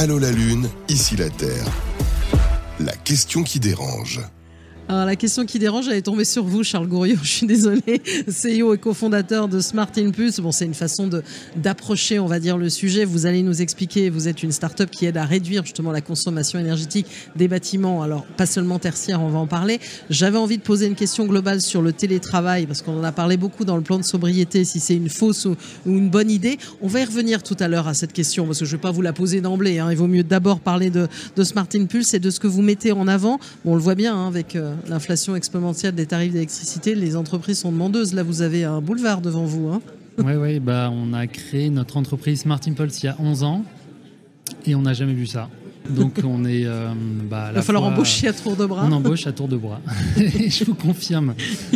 Allô la Lune, ici la Terre. La question qui dérange. Alors, la question qui dérange, elle est tombée sur vous, Charles Gouriot. Je suis désolée, CEO et cofondateur de Smart Impulse. Bon, c'est une façon d'approcher, on va dire, le sujet. Vous allez nous expliquer, vous êtes une start-up qui aide à réduire justement la consommation énergétique des bâtiments. Alors, pas seulement tertiaires, on va en parler. J'avais envie de poser une question globale sur le télétravail, parce qu'on en a parlé beaucoup dans le plan de sobriété, si c'est une fausse ou une bonne idée. On va y revenir tout à l'heure à cette question, parce que je ne vais pas vous la poser d'emblée. Il vaut mieux d'abord parler de Smart Impulse et de ce que vous mettez en avant. Bon, on le voit bien avec l'inflation exponentielle des tarifs d'électricité, les entreprises sont demandeuses. Là, vous avez un boulevard devant vous. Oui, on a créé notre entreprise Smart Impulse il y a 11 ans et on n'a jamais vu ça. Donc on est... il va falloir embaucher à tour de bras. On embauche à tour de bras. Je vous confirme.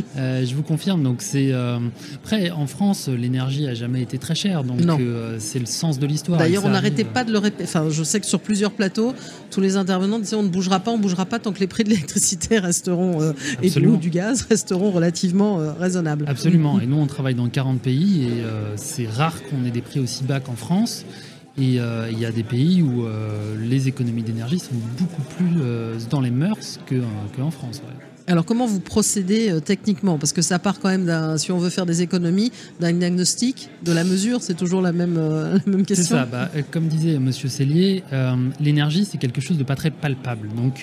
Donc c'est... Après, en France, l'énergie n'a jamais été très chère. Donc c'est le sens de l'histoire. D'ailleurs, on n'arrêtait pas de le répéter. Enfin, je sais que sur plusieurs plateaux, tous les intervenants disaient on ne bougera pas tant que les prix de l'électricité resteront et du gaz resteront relativement raisonnables. Absolument. Et nous, on travaille dans 40 pays et c'est rare qu'on ait des prix aussi bas qu'en France. Et il y a des pays où les économies d'énergie sont beaucoup plus dans les mœurs qu'en France. Ouais. Alors, comment vous procédez techniquement ? Parce que ça part quand même, si on veut faire des économies, d'un diagnostic, de la mesure, c'est toujours la même question. C'est ça. Comme disait M. Sellier, l'énergie, c'est quelque chose de pas très palpable. Donc,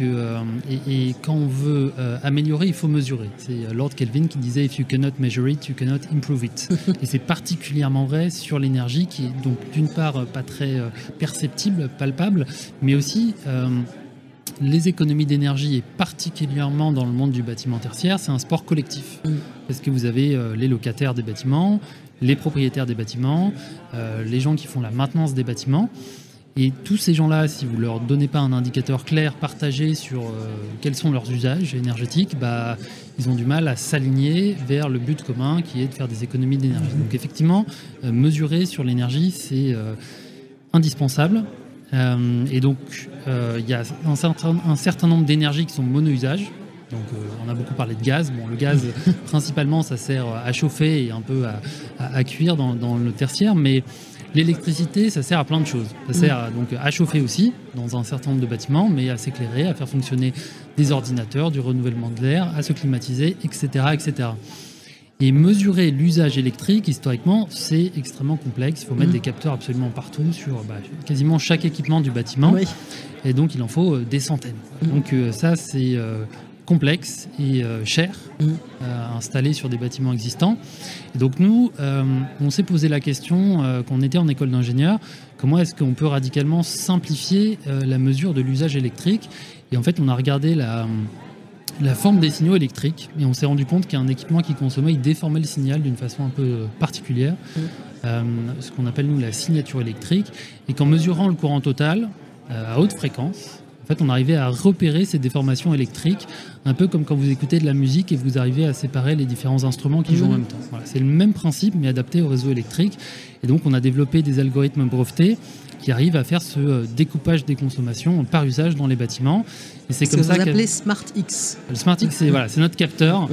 et quand on veut améliorer, il faut mesurer. C'est Lord Kelvin qui disait « If you cannot measure it, you cannot improve it ». Et c'est particulièrement vrai sur l'énergie, qui est donc d'une part pas très perceptible, palpable, mais aussi... les économies d'énergie, et particulièrement dans le monde du bâtiment tertiaire, c'est un sport collectif. Parce que vous avez les locataires des bâtiments, les propriétaires des bâtiments, les gens qui font la maintenance des bâtiments. Et tous ces gens-là, si vous ne leur donnez pas un indicateur clair, partagé sur quels sont leurs usages énergétiques, ils ont du mal à s'aligner vers le but commun qui est de faire des économies d'énergie. Donc effectivement, mesurer sur l'énergie, c'est indispensable. Et donc, il y a un certain nombre d'énergies qui sont mono-usage. Donc, on a beaucoup parlé de gaz. Bon, le gaz, principalement, ça sert à chauffer et un peu à cuire dans le tertiaire. Mais l'électricité, ça sert à plein de choses. Ça sert donc à chauffer aussi, dans un certain nombre de bâtiments, mais à s'éclairer, à faire fonctionner des ordinateurs, du renouvellement de l'air, à se climatiser, etc., etc. Et mesurer l'usage électrique, historiquement, c'est extrêmement complexe. Il faut mettre des capteurs absolument partout, sur quasiment chaque équipement du bâtiment. Oui. Et donc, il en faut des centaines. Donc, ça, c'est complexe et cher à installer sur des bâtiments existants. Et donc, nous, on s'est posé la question, quand on était en école d'ingénieur, comment est-ce qu'on peut radicalement simplifier la mesure de l'usage électrique ? Et en fait, on a regardé la forme des signaux électriques, et on s'est rendu compte qu'un équipement qui consommait, il déformait le signal d'une façon un peu particulière, ce qu'on appelle nous la signature électrique, et qu'en mesurant le courant total à haute fréquence, en fait, on arrivait à repérer ces déformations électriques, un peu comme quand vous écoutez de la musique et vous arrivez à séparer les différents instruments qui jouent en même temps. Voilà, c'est le même principe, mais adapté au réseau électrique, et donc on a développé des algorithmes brevetés qui arrivent à faire ce découpage des consommations par usage dans les bâtiments. Et c'est comme ça que vous appelez SmartX. Le SmartX, c'est notre capteur.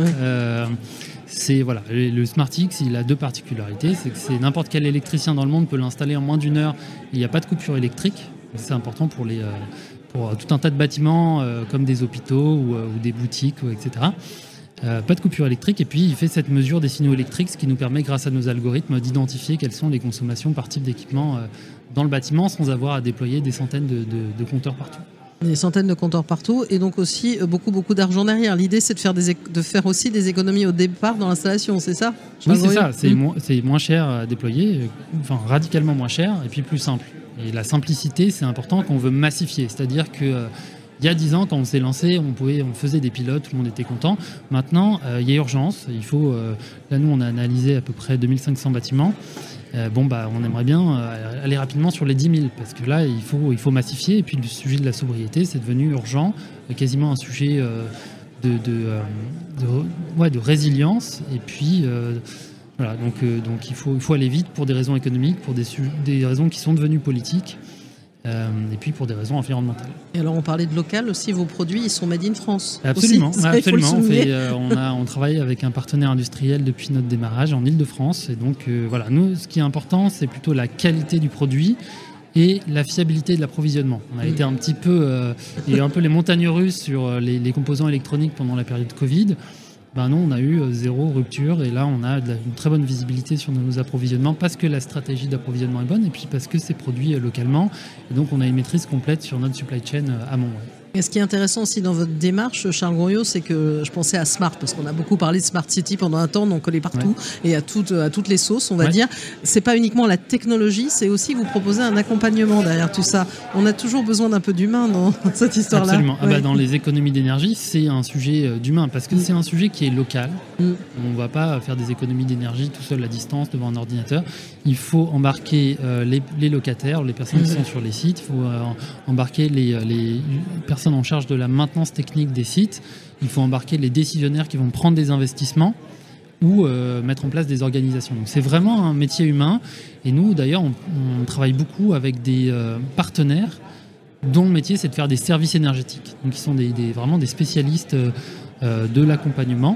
Le SmartX, il a deux particularités. C'est que n'importe quel électricien dans le monde peut l'installer en moins d'une heure. Il n'y a pas de coupure électrique. C'est important pour tout un tas de bâtiments comme des hôpitaux ou des boutiques, etc. Pas de coupure électrique, et puis il fait cette mesure des signaux électriques, ce qui nous permet, grâce à nos algorithmes, d'identifier quelles sont les consommations par type d'équipement dans le bâtiment, sans avoir à déployer des centaines de compteurs partout. Des centaines de compteurs partout, et donc aussi beaucoup d'argent derrière. L'idée, c'est de faire aussi des économies au départ dans l'installation, c'est ça ? Oui, c'est ça. C'est moins cher à déployer, radicalement moins cher, et puis plus simple. Et la simplicité, c'est important quand on veut massifier, c'est-à-dire que il y a 10 ans, quand on s'est lancé, on faisait des pilotes, tout le monde était content. Maintenant, il y a urgence. Il faut, là, nous, on a analysé à peu près 2500 bâtiments. On aimerait bien aller rapidement sur les 10 000, parce que là, il faut massifier. Et puis, le sujet de la sobriété, c'est devenu urgent, quasiment un sujet de résilience. Et puis, donc il faut aller vite pour des raisons économiques, pour des raisons qui sont devenues politiques. Et puis pour des raisons environnementales. Et alors on parlait de local aussi, vos produits ils sont made in France. Absolument, aussi, absolument. On travaille avec un partenaire industriel depuis notre démarrage en Île-de-France. Et donc nous, ce qui est important, c'est plutôt la qualité du produit et la fiabilité de l'approvisionnement. On a été un petit peu, il y a eu un peu les montagnes russes sur les composants électroniques pendant la période Covid. Non, on a eu 0 rupture et là on a une très bonne visibilité sur nos approvisionnements parce que la stratégie d'approvisionnement est bonne et puis parce que c'est produit localement et donc on a une maîtrise complète sur notre supply chain amont. Et ce qui est intéressant aussi dans votre démarche, Charles Gouriot, c'est que je pensais à Smart, parce qu'on a beaucoup parlé de Smart City pendant un temps, on en collait partout, et à toutes les sauces, on va dire. C'est pas uniquement la technologie, c'est aussi vous proposer un accompagnement derrière tout ça. On a toujours besoin d'un peu d'humain dans cette histoire-là. Absolument. Dans les économies d'énergie, c'est un sujet d'humain, parce que c'est un sujet qui est local. On va pas faire des économies d'énergie tout seul à distance devant un ordinateur. Il faut embarquer les locataires, les personnes qui sont sur les sites, il faut embarquer les personnes en charge de la maintenance technique des sites, il faut embarquer les décisionnaires qui vont prendre des investissements ou mettre en place des organisations. Donc c'est vraiment un métier humain et nous d'ailleurs on travaille beaucoup avec des partenaires dont le métier c'est de faire des services énergétiques, donc qui sont vraiment des spécialistes de l'accompagnement.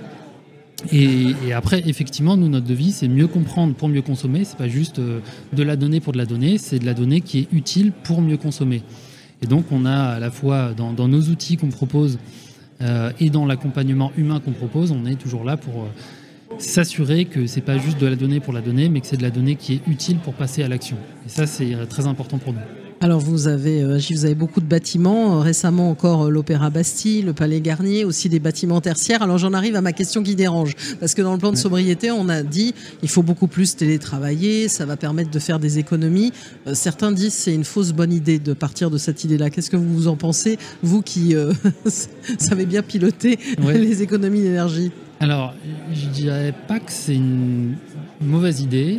Et après, effectivement, nous, notre devise, c'est mieux comprendre pour mieux consommer. C'est pas juste de la donnée pour de la donnée, c'est de la donnée qui est utile pour mieux consommer. Et donc, on a à la fois dans nos outils qu'on propose et dans l'accompagnement humain qu'on propose, on est toujours là pour s'assurer que c'est pas juste de la donnée pour la donnée, mais que c'est de la donnée qui est utile pour passer à l'action. Et ça, c'est très important pour nous. Alors vous avez beaucoup de bâtiments, récemment encore l'Opéra Bastille, le Palais Garnier, aussi des bâtiments tertiaires. Alors j'en arrive à ma question qui dérange, parce que dans le plan de sobriété, on a dit il faut beaucoup plus télétravailler, ça va permettre de faire des économies. Certains disent c'est une fausse bonne idée de partir de cette idée-là. Qu'est-ce que vous en pensez, vous qui savez bien piloter les économies d'énergie? Alors je dirais pas que c'est une mauvaise idée.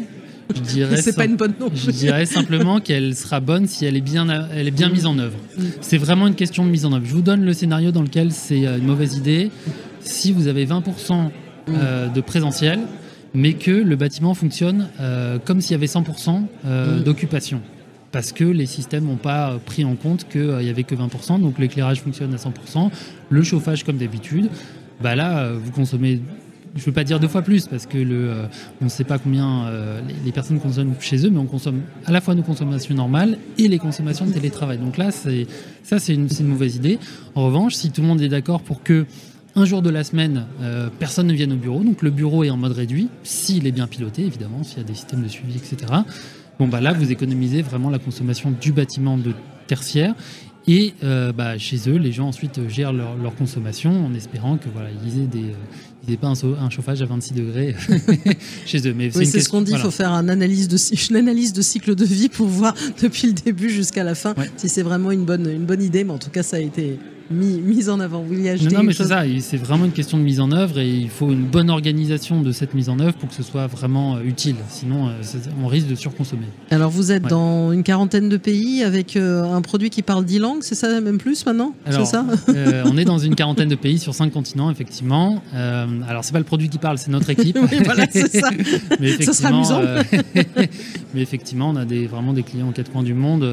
Pas une bonne non plus. Je dirais simplement qu'elle sera bonne si elle est bien mise en œuvre. C'est vraiment une question de mise en œuvre. Je vous donne le scénario dans lequel c'est une mauvaise idée. Si vous avez 20% de présentiel, mais que le bâtiment fonctionne comme s'il y avait 100% d'occupation. Parce que les systèmes n'ont pas pris en compte qu'il n'y avait que 20%, donc l'éclairage fonctionne à 100%, le chauffage comme d'habitude. Là, vous consommez... Je ne veux pas dire 2 fois plus parce que on ne sait pas combien les personnes consomment chez eux, mais on consomme à la fois nos consommations normales et les consommations de télétravail. Donc là, c'est une mauvaise idée. En revanche, si tout le monde est d'accord pour que un jour de la semaine, personne ne vienne au bureau, donc le bureau est en mode réduit, s'il est bien piloté, évidemment, s'il y a des systèmes de suivi, etc. Là, vous économisez vraiment la consommation du bâtiment de tertiaire. Et chez eux, les gens ensuite gèrent leur consommation en espérant que ils n'aient pas un chauffage à 26 degrés chez eux. Mais c'est ce qu'on dit, il faut faire une analyse de cycle de vie pour voir depuis le début jusqu'à la fin si c'est vraiment une bonne idée. Mais en tout cas, ça a été mise en avant. Vous vouliez ajouter mais c'est ça, c'est vraiment une question de mise en œuvre et il faut une bonne organisation de cette mise en œuvre pour que ce soit vraiment utile. Sinon, on risque de surconsommer. Alors, vous êtes dans une quarantaine de pays avec un produit qui parle 10 langues, c'est ça, même plus maintenant? Alors, c'est ça on est dans une quarantaine de pays sur 5 continents, effectivement. Alors, c'est pas le produit qui parle, c'est notre équipe. Oui, voilà, c'est ça. Mais ça sera amusant. Mais effectivement, on a vraiment des clients aux 4 coins du monde.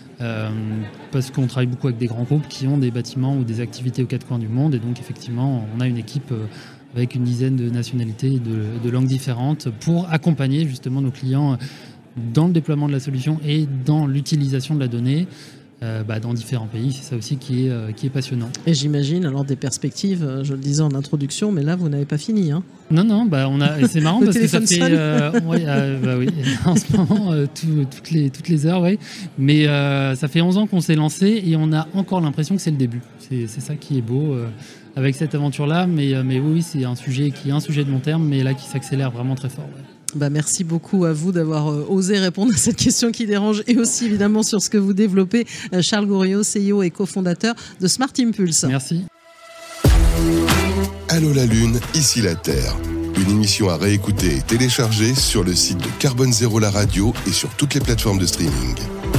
Parce qu'on travaille beaucoup avec des grands groupes qui ont des bâtiments ou des activités aux 4 coins du monde et donc effectivement on a une équipe avec une dizaine de nationalités et de langues différentes pour accompagner justement nos clients dans le déploiement de la solution et dans l'utilisation de la donnée dans différents pays. C'est ça aussi qui est passionnant. Et j'imagine alors des perspectives, je le disais en introduction, mais là vous n'avez pas fini. Non, c'est marrant parce que ça fait oui, en ce moment toutes les heures, mais ça fait 11 ans qu'on s'est lancé et on a encore l'impression que c'est le début. C'est ça qui est beau avec cette aventure-là, mais oui, c'est un sujet qui est un sujet de long terme, mais là qui s'accélère vraiment très fort. Merci beaucoup à vous d'avoir osé répondre à cette question qui dérange et aussi évidemment sur ce que vous développez. Charles Gouriot, CEO et cofondateur de Smart Impulse. Merci. Allô la Lune, ici la Terre. Une émission à réécouter et télécharger sur le site de Carbone Zéro la radio et sur toutes les plateformes de streaming.